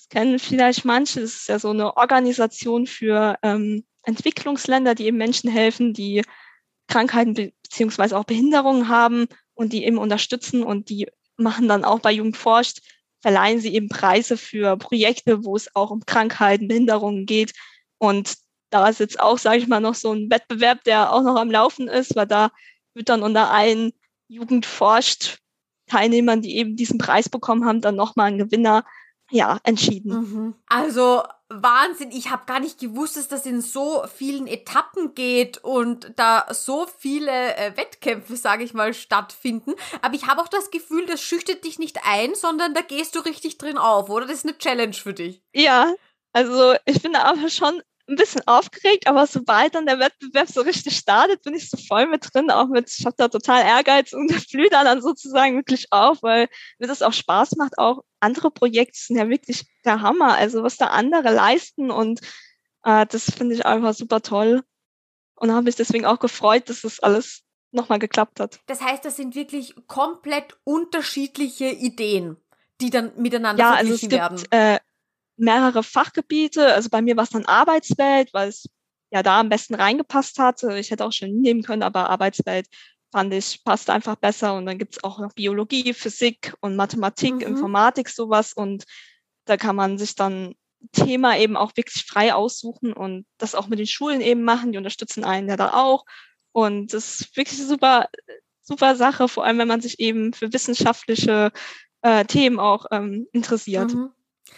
kennen vielleicht manche. Das ist ja so eine Organisation für ähm, Entwicklungsländer, die eben Menschen helfen, die Krankheiten be- beziehungsweise auch Behinderungen haben und die eben unterstützen, und die machen dann auch bei Jugend forscht, verleihen sie eben Preise für Projekte, wo es auch um Krankheiten, Behinderungen geht. Und da ist jetzt auch, sage ich mal, noch so ein Wettbewerb, der auch noch am Laufen ist, weil da wird dann unter allen Jugend forscht Teilnehmern, die eben diesen Preis bekommen haben, dann nochmal ein Gewinner, ja, entschieden. Mhm. Also Wahnsinn, ich habe gar nicht gewusst, dass das in so vielen Etappen geht und da so viele äh, Wettkämpfe, sage ich mal, stattfinden. Aber ich habe auch das Gefühl, das schüchtert dich nicht ein, sondern da gehst du richtig drin auf, oder? Das ist eine Challenge für dich. Ja, also ich bin da aber schon ein bisschen aufgeregt, aber sobald dann der Wettbewerb so richtig startet, bin ich so voll mit drin, auch mit, ich habe da total Ehrgeiz und blühe da dann sozusagen wirklich auf, weil mir das auch Spaß macht. Auch andere Projekte sind ja wirklich der Hammer, also was da andere leisten, und äh, das finde ich einfach super toll, und habe mich deswegen auch gefreut, dass das alles nochmal geklappt hat. Das heißt, das sind wirklich komplett unterschiedliche Ideen, die dann miteinander Ja, also es verglichen gibt werden. äh, mehrere Fachgebiete. Also bei mir war es dann Arbeitswelt, weil es ja da am besten reingepasst hatte. Ich hätte auch schon nehmen können, aber Arbeitswelt fand ich, passt einfach besser. Und dann gibt es auch noch Biologie, Physik und Mathematik, Mhm. Informatik, sowas. Und da kann man sich dann Thema eben auch wirklich frei aussuchen und das auch mit den Schulen eben machen. Die unterstützen einen ja da auch. Und das ist wirklich eine super, super Sache, vor allem wenn man sich eben für wissenschaftliche äh, Themen auch ähm, interessiert. Mhm.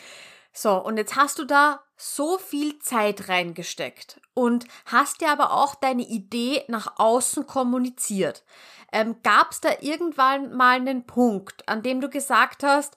So, und jetzt hast du da so viel Zeit reingesteckt und hast ja aber auch deine Idee nach außen kommuniziert. Ähm, gab es da irgendwann mal einen Punkt, an dem du gesagt hast,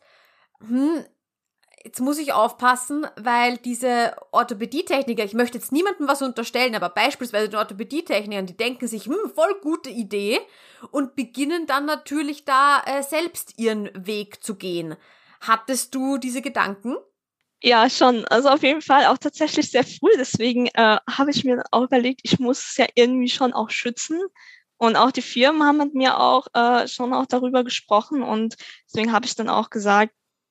hm, jetzt muss ich aufpassen, weil diese Orthopädietechniker, ich möchte jetzt niemandem was unterstellen, aber beispielsweise den Orthopädietechnikern, die denken sich, hm, voll gute Idee und beginnen dann natürlich da äh, selbst ihren Weg zu gehen. Hattest du diese Gedanken? Ja, schon. Also auf jeden Fall auch tatsächlich sehr früh. Deswegen äh, habe ich mir auch überlegt, ich muss es ja irgendwie schon auch schützen. Und auch die Firmen haben mit mir auch äh, schon auch darüber gesprochen. Und deswegen habe ich dann auch gesagt,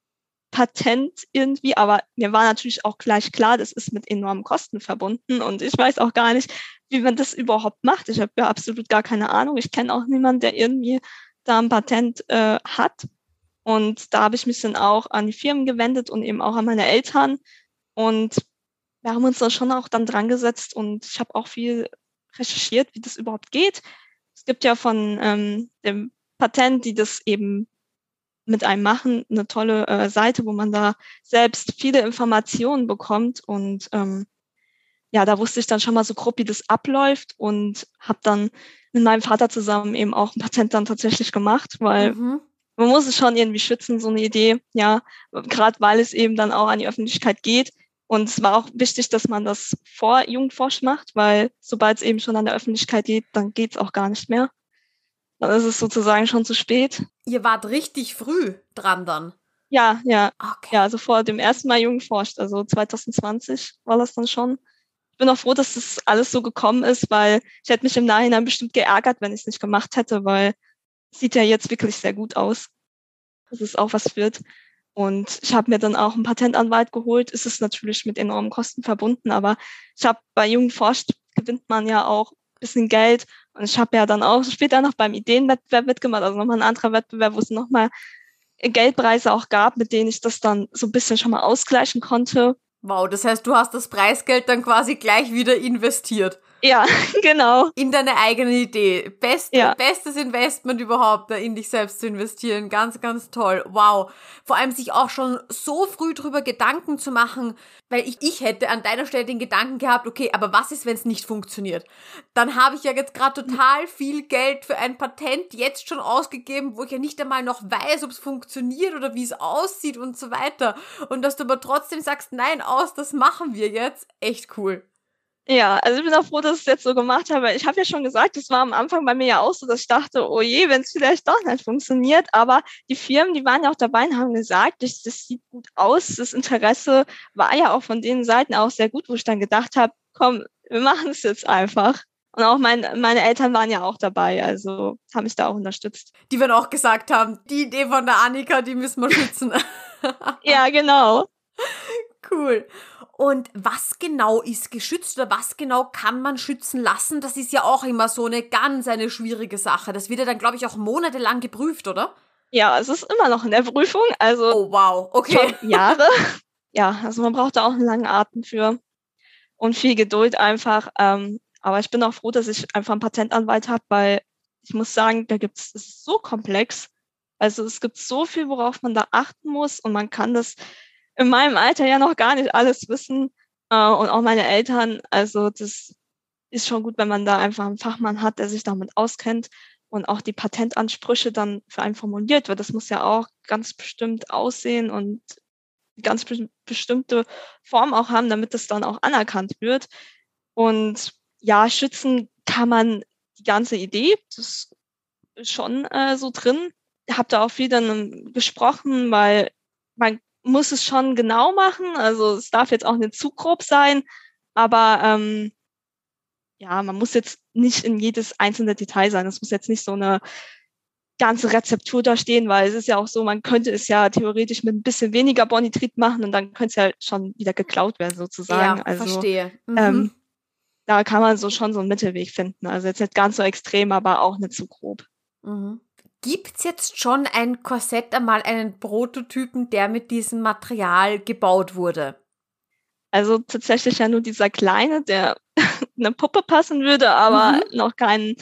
Patent irgendwie. Aber mir war natürlich auch gleich klar, das ist mit enormen Kosten verbunden. Und ich weiß auch gar nicht, wie man das überhaupt macht. Ich habe ja absolut gar keine Ahnung. Ich kenne auch niemanden, der irgendwie da ein Patent äh, hat. Und da habe ich mich dann auch an die Firmen gewendet und eben auch an meine Eltern. Und wir haben uns da schon auch dann dran gesetzt, und ich habe auch viel recherchiert, wie das überhaupt geht. Es gibt ja von ähm, dem Patent, die das eben mit einem machen, eine tolle äh, Seite, wo man da selbst viele Informationen bekommt. Und ähm, ja, da wusste ich dann schon mal so grob, wie das abläuft, und habe dann mit meinem Vater zusammen eben auch ein Patent dann tatsächlich gemacht, weil Mhm. man muss es schon irgendwie schützen, so eine Idee, ja, gerade weil es eben dann auch an die Öffentlichkeit geht. Und es war auch wichtig, dass man das vor Jugendforsch macht, weil sobald es eben schon an der Öffentlichkeit geht, dann geht es auch gar nicht mehr. Dann ist es sozusagen schon zu spät. Ihr wart richtig früh dran dann. Ja, ja, Okay. ja, also vor dem ersten Mal Jugendforscht, also zwanzig zwanzig war das dann schon. Ich bin auch froh, dass das alles so gekommen ist, weil ich hätte mich im Nachhinein bestimmt geärgert, wenn ich es nicht gemacht hätte, weil es sieht ja jetzt wirklich sehr gut aus, dass es auch was wird. Und ich habe mir dann auch einen Patentanwalt geholt. Es ist natürlich mit enormen Kosten verbunden, aber ich habe bei Jugend forscht gewinnt man ja auch ein bisschen Geld. Und ich habe ja dann auch später noch beim Ideenwettbewerb mitgemacht, also nochmal ein anderer Wettbewerb, wo es nochmal Geldpreise auch gab, mit denen ich das dann so ein bisschen schon mal ausgleichen konnte. Wow, das heißt, du hast das Preisgeld dann quasi gleich wieder investiert. Ja, genau. In deine eigene Idee. Best, Ja. Bestes Investment überhaupt, da in dich selbst zu investieren. Ganz, ganz toll. Wow. Vor allem sich auch schon so früh drüber Gedanken zu machen, weil ich, ich hätte an deiner Stelle den Gedanken gehabt, okay, aber was ist, wenn es nicht funktioniert? Dann habe ich ja jetzt gerade total viel Geld für ein Patent jetzt schon ausgegeben, wo ich ja nicht einmal noch weiß, ob es funktioniert oder wie es aussieht und so weiter. Und dass du aber trotzdem sagst, nein, aus, das machen wir jetzt. Echt cool. Ja, also ich bin auch froh, dass ich es jetzt so gemacht habe. Ich habe ja schon gesagt, es war am Anfang bei mir ja auch so, dass ich dachte, oh je, wenn es vielleicht doch nicht funktioniert. Aber die Firmen, die waren ja auch dabei und haben gesagt, das, das sieht gut aus. Das Interesse war ja auch von den Seiten auch sehr gut, wo ich dann gedacht habe, komm, wir machen es jetzt einfach. Und auch mein, meine Eltern waren ja auch dabei, also haben mich da auch unterstützt. Die werden auch gesagt haben, die Idee von der Annika, die müssen wir schützen. Ja, genau. Cool. Und was genau ist geschützt oder was genau kann man schützen lassen? Das ist ja auch immer so eine ganz eine schwierige Sache. Das wird ja dann, glaube ich, auch monatelang geprüft, oder? Ja, es ist immer noch in der Prüfung, also Oh, wow, okay. schon Jahre. Ja, also man braucht da auch einen langen Atem für und viel Geduld einfach. Ähm, aber ich bin auch froh, dass ich einfach einen Patentanwalt habe, weil ich muss sagen, da gibt's, es ist so komplex. Also es gibt so viel, worauf man da achten muss und man kann das in meinem Alter ja noch gar nicht alles wissen. Äh, und auch meine Eltern, also das ist schon gut, wenn man da einfach einen Fachmann hat, der sich damit auskennt und auch die Patentansprüche dann für einen formuliert wird. Das muss ja auch ganz bestimmt aussehen und ganz be- bestimmte Form auch haben, damit das dann auch anerkannt wird. Und ja, schützen kann man die ganze Idee, das ist schon äh, so drin. Hab da auch viel dann gesprochen, weil man muss es schon genau machen. Also es darf jetzt auch nicht zu grob sein, aber ähm, ja, man muss jetzt nicht in jedes einzelne Detail sein. Es muss jetzt nicht so eine ganze Rezeptur da stehen, weil es ist ja auch so, man könnte es ja theoretisch mit ein bisschen weniger Bonitrit machen und dann könnte es ja schon wieder geklaut werden sozusagen. Ja, also verstehe. Mhm. ähm, da kann man so schon so einen Mittelweg finden. Also jetzt nicht ganz so extrem, aber auch nicht zu grob. Mhm. Gibt's jetzt schon ein Korsett einmal, einen Prototypen, der mit diesem Material gebaut wurde? Also tatsächlich ja nur dieser kleine, der eine Puppe passen würde, aber Mhm. noch kein,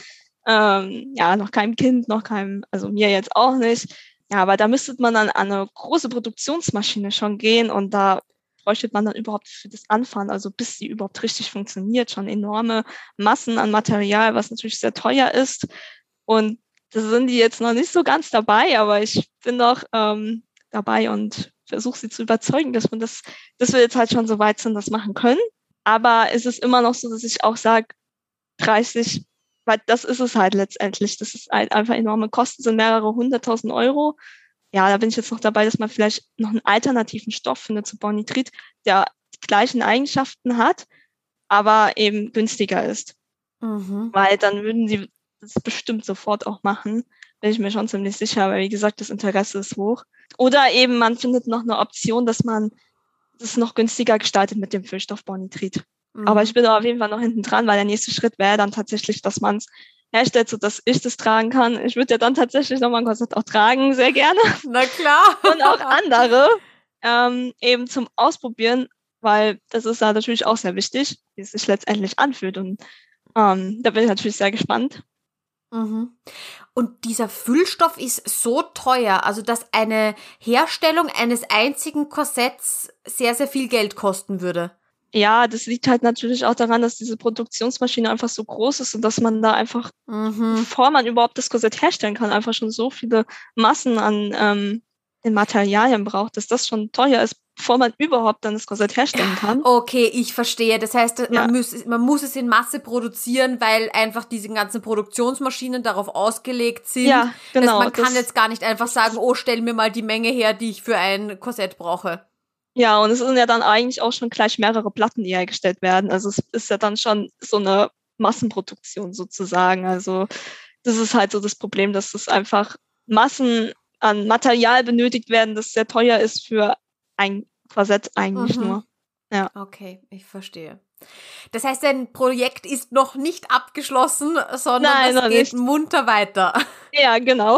ähm, ja, noch keinem Kind, noch keinem, also mir jetzt auch nicht. Ja, aber da müsste man dann an eine große Produktionsmaschine schon gehen und da bräuchte man dann überhaupt für das Anfahren, also bis die überhaupt richtig funktioniert, schon enorme Massen an Material, was natürlich sehr teuer ist. Und da sind die jetzt noch nicht so ganz dabei, aber ich bin noch ähm, dabei und versuche sie zu überzeugen, dass man das, dass wir jetzt halt schon so weit sind, das machen können. Aber es ist immer noch so, dass ich auch sage, dreißig, weil das ist es halt letztendlich. Das ist halt einfach enorme Kosten, sind mehrere hunderttausend Euro. Ja, da bin ich jetzt noch dabei, dass man vielleicht noch einen alternativen Stoff findet zu Bonitrit, der die gleichen Eigenschaften hat, aber eben günstiger ist. Mhm. Weil dann würden sie das bestimmt sofort auch machen, bin ich mir schon ziemlich sicher, weil wie gesagt, das Interesse ist hoch. Oder eben man findet noch eine Option, dass man das noch günstiger gestaltet mit dem Füllstoff Bonitrit. Mhm. Aber ich bin da auf jeden Fall noch hinten dran, weil der nächste Schritt wäre dann tatsächlich, dass man es herstellt, sodass ich das tragen kann. Ich würde ja dann tatsächlich nochmal ein Korsett auch tragen, sehr gerne. Na klar. Und auch andere ähm, eben zum Ausprobieren, weil das ist ja natürlich auch sehr wichtig, wie es sich letztendlich anfühlt. Und ähm, da bin ich natürlich sehr gespannt. Mhm. Und dieser Füllstoff ist so teuer, also dass eine Herstellung eines einzigen Korsetts sehr, sehr viel Geld kosten würde. Ja, das liegt halt natürlich auch daran, dass diese Produktionsmaschine einfach so groß ist und dass man da einfach, Mhm. bevor man überhaupt das Korsett herstellen kann, einfach schon so viele Massen an ähm, den Materialien braucht, dass das schon teuer ist, bevor man überhaupt dann das Korsett herstellen kann. Okay, ich verstehe. Das heißt, man, Ja. muss, man muss es in Masse produzieren, weil einfach diese ganzen Produktionsmaschinen darauf ausgelegt sind. Ja, genau. Dass man kann das, jetzt gar nicht einfach sagen, oh, stell mir mal die Menge her, die ich für ein Korsett brauche. Ja, und es sind ja dann eigentlich auch schon gleich mehrere Platten, die hergestellt werden. Also es ist ja dann schon so eine Massenproduktion sozusagen. Also das ist halt so das Problem, dass es einfach Massen an Material benötigt werden, das sehr teuer ist für ein Korsett eigentlich Mhm. nur. Ja. Okay, ich verstehe. Das heißt, dein Projekt ist noch nicht abgeschlossen, sondern Nein, es noch geht nicht. munter weiter. Ja, genau.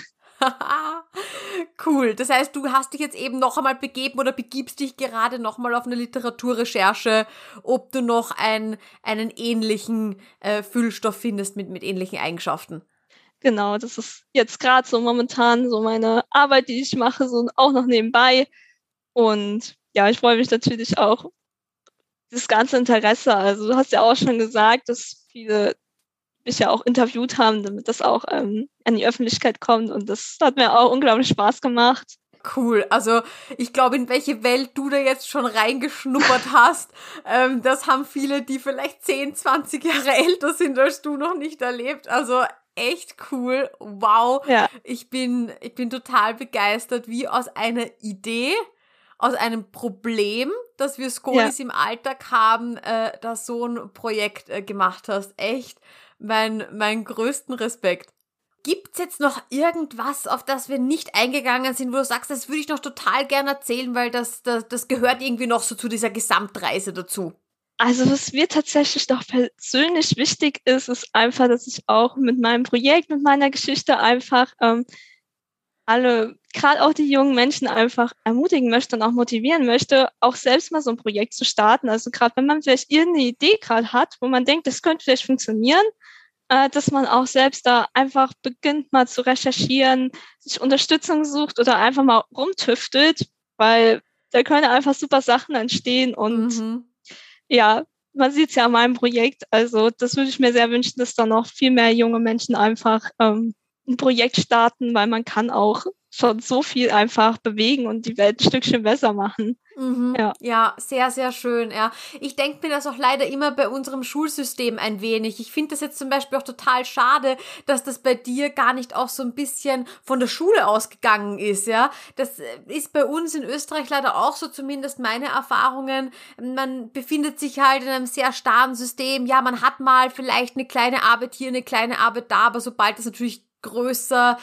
Cool. Das heißt, du hast dich jetzt eben noch einmal begeben oder begibst dich gerade noch mal auf eine Literaturrecherche, ob du noch ein, einen ähnlichen äh, Füllstoff findest mit, mit ähnlichen Eigenschaften. Genau, das ist jetzt gerade so momentan so meine Arbeit, die ich mache, so auch noch nebenbei. Und ja, ich freue mich natürlich auch das ganze Interesse. Also du hast ja auch schon gesagt, dass viele mich ja auch interviewt haben, damit das auch ähm, an die Öffentlichkeit kommt. Und das hat mir auch unglaublich Spaß gemacht. Cool. Also ich glaube, in welche Welt du da jetzt schon reingeschnuppert hast, ähm, das haben viele, die vielleicht zehn, zwanzig Jahre älter sind als du, noch nicht erlebt. Also echt cool. Wow. Ja. Ich bin, ich bin total begeistert, wie aus einer Idee, aus einem Problem, das wir Skolis ja. im Alltag haben, äh, da so ein Projekt äh, gemacht hast. Echt mein, mein größten Respekt. Gibt's jetzt noch irgendwas, auf das wir nicht eingegangen sind, wo du sagst, das würde ich noch total gerne erzählen, weil das, das, das gehört irgendwie noch so zu dieser Gesamtreise dazu? Also was mir tatsächlich noch persönlich wichtig ist, ist einfach, dass ich auch mit meinem Projekt, mit meiner Geschichte einfach ähm, alle, gerade auch die jungen Menschen einfach ermutigen möchte und auch motivieren möchte, auch selbst mal so ein Projekt zu starten. Also gerade wenn man vielleicht irgendeine Idee gerade hat, wo man denkt, das könnte vielleicht funktionieren, äh, dass man auch selbst da einfach beginnt mal zu recherchieren, sich Unterstützung sucht oder einfach mal rumtüftelt, weil da können einfach super Sachen entstehen und Mhm. ja, man sieht es ja an meinem Projekt. Also das würde ich mir sehr wünschen, dass da noch viel mehr junge Menschen einfach ähm, ein Projekt starten, weil man kann auch schon so viel einfach bewegen und die Welt ein Stückchen besser machen. Mhm. Ja. Ja, sehr, sehr schön, ja. Ich denke mir das auch leider immer bei unserem Schulsystem ein wenig. Ich finde das jetzt zum Beispiel auch total schade, dass das bei dir gar nicht auch so ein bisschen von der Schule ausgegangen ist, ja. Das ist bei uns in Österreich leider auch so, zumindest meine Erfahrungen. Man befindet sich halt in einem sehr starren System. Ja, man hat mal vielleicht eine kleine Arbeit hier, eine kleine Arbeit da, aber sobald das natürlich größer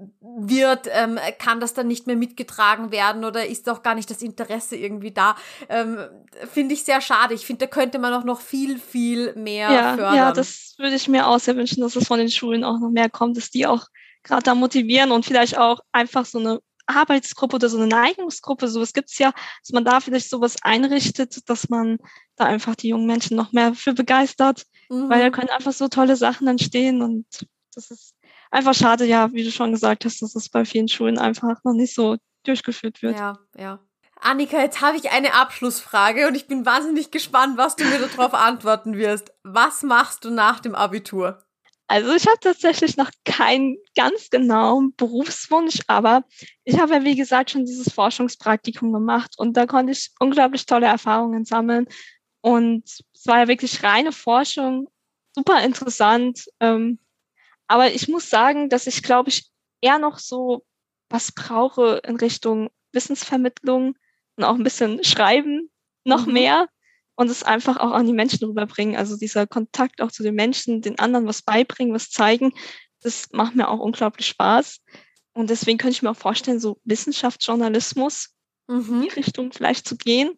wird, ähm, kann das dann nicht mehr mitgetragen werden oder ist auch gar nicht das Interesse irgendwie da. Ähm, finde ich sehr schade. Ich finde, da könnte man auch noch viel, viel mehr Ja, fördern. ja, das würde ich mir auch sehr wünschen, dass es von den Schulen auch noch mehr kommt, dass die auch gerade da motivieren und vielleicht auch einfach so eine Arbeitsgruppe oder so eine Neigungsgruppe, sowas gibt's ja, dass man da vielleicht sowas einrichtet, dass man da einfach die jungen Menschen noch mehr für begeistert, Mhm. weil da können einfach so tolle Sachen entstehen und das ist einfach schade, ja, wie du schon gesagt hast, dass es bei vielen Schulen einfach noch nicht so durchgeführt wird. Ja, ja. Annika, jetzt habe ich eine Abschlussfrage und ich bin wahnsinnig gespannt, was du mir darauf antworten wirst. Was machst du nach dem Abitur? Also ich habe tatsächlich noch keinen ganz genauen Berufswunsch, aber ich habe ja, wie gesagt, schon dieses Forschungspraktikum gemacht und da konnte ich unglaublich tolle Erfahrungen sammeln und es war ja wirklich reine Forschung, super interessant, ähm, aber ich muss sagen, dass ich, glaube ich, eher noch so was brauche in Richtung Wissensvermittlung und auch ein bisschen Schreiben, noch Mhm. mehr und es einfach auch an die Menschen rüberbringen. Also dieser Kontakt auch zu den Menschen, den anderen was beibringen, was zeigen, das macht mir auch unglaublich Spaß. Und deswegen könnte ich mir auch vorstellen, so Wissenschaftsjournalismus in die Mhm. Richtung vielleicht zu gehen.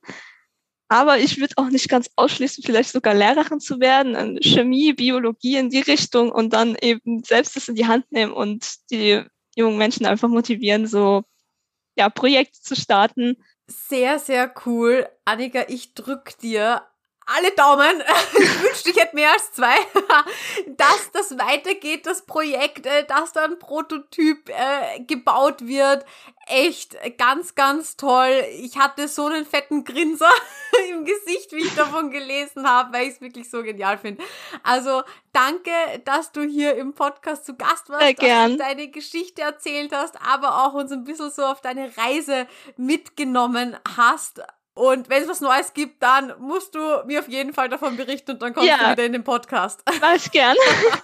Aber ich würde auch nicht ganz ausschließen, vielleicht sogar Lehrerin zu werden, an Chemie, Biologie in die Richtung und dann eben selbst das in die Hand nehmen und die jungen Menschen einfach motivieren, so ja, Projekte zu starten. Sehr, sehr cool. Annika, ich drück dir alle Daumen. Ich wünschte, ich hätte mehr als zwei. Dass das weitergeht, das Projekt, dass da ein Prototyp äh, gebaut wird. Echt ganz, ganz toll. Ich hatte so einen fetten Grinser im Gesicht, wie ich davon gelesen habe, weil ich es wirklich so genial finde. Also danke, dass du hier im Podcast zu Gast warst, Sehr gern. dass du deine Geschichte erzählt hast, aber auch uns ein bisschen so auf deine Reise mitgenommen hast. Und wenn es was Neues gibt, dann musst du mir auf jeden Fall davon berichten und dann kommst Ja. du wieder in den Podcast. Mach ich gern.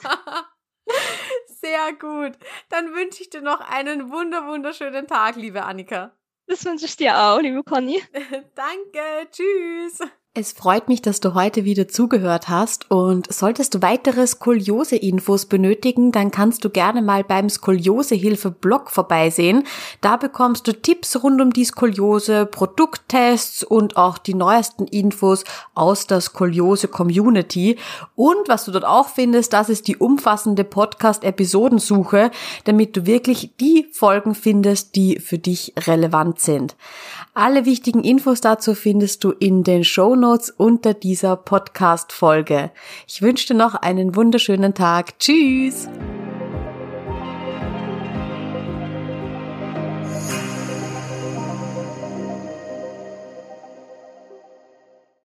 Sehr gut. Dann wünsche ich dir noch einen wunder wunderschönen Tag, liebe Annika. Das wünsche ich dir auch, liebe Conny. Danke, tschüss. Es freut mich, dass du heute wieder zugehört hast und solltest du weitere Skoliose-Infos benötigen, dann kannst du gerne mal beim Skoliosehilfe-Blog vorbeisehen. Da bekommst du Tipps rund um die Skoliose, Produkttests und auch die neuesten Infos aus der Skoliose-Community. Und was du dort auch findest, das ist die umfassende Podcast-Episodensuche, damit du wirklich die Folgen findest, die für dich relevant sind. Alle wichtigen Infos dazu findest du in den Shownotes unter dieser Podcast-Folge. Ich wünsche dir noch einen wunderschönen Tag. Tschüss!